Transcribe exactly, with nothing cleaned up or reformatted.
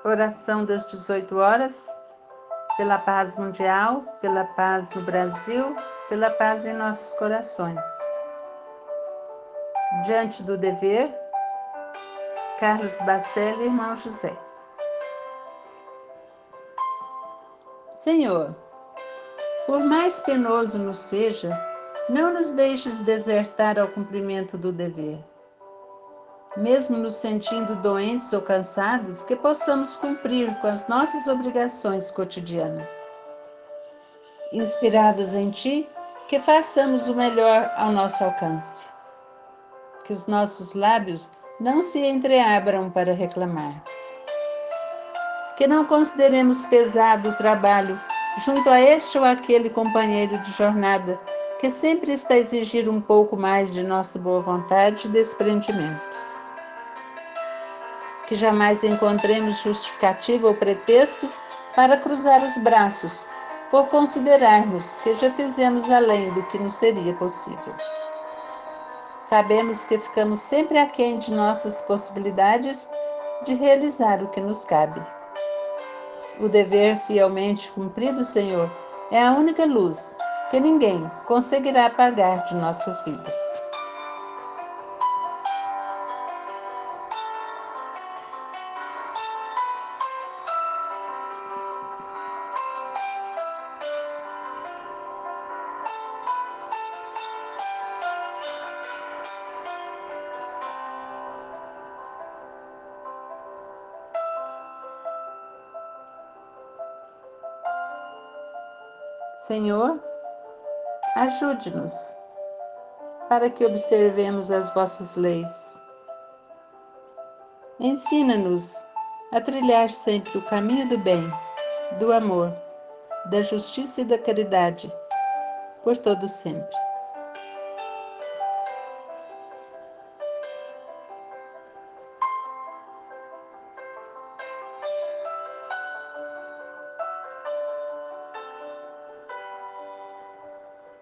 Oração das dezoito horas, pela paz mundial, pela paz no Brasil, pela paz em nossos corações. Diante do dever, Carlos Bacelli, irmão José. Senhor, por mais penoso nos seja, não nos deixes desertar ao cumprimento do dever. Mesmo nos sentindo doentes ou cansados, que possamos cumprir com as nossas obrigações cotidianas. Inspirados em Ti, que façamos o melhor ao nosso alcance. Que os nossos lábios não se entreabram para reclamar. Que não consideremos pesado o trabalho junto a este ou aquele companheiro de jornada que sempre está a exigir um pouco mais de nossa boa vontade e desprendimento. Que jamais encontremos justificativa ou pretexto para cruzar os braços, por considerarmos que já fizemos além do que nos seria possível. Sabemos que ficamos sempre aquém de nossas possibilidades de realizar o que nos cabe. O dever fielmente cumprido, Senhor, é a única luz que ninguém conseguirá apagar de nossas vidas. Senhor, ajude-nos para que observemos as vossas leis. Ensina-nos a trilhar sempre o caminho do bem, do amor, da justiça e da caridade, por todo sempre.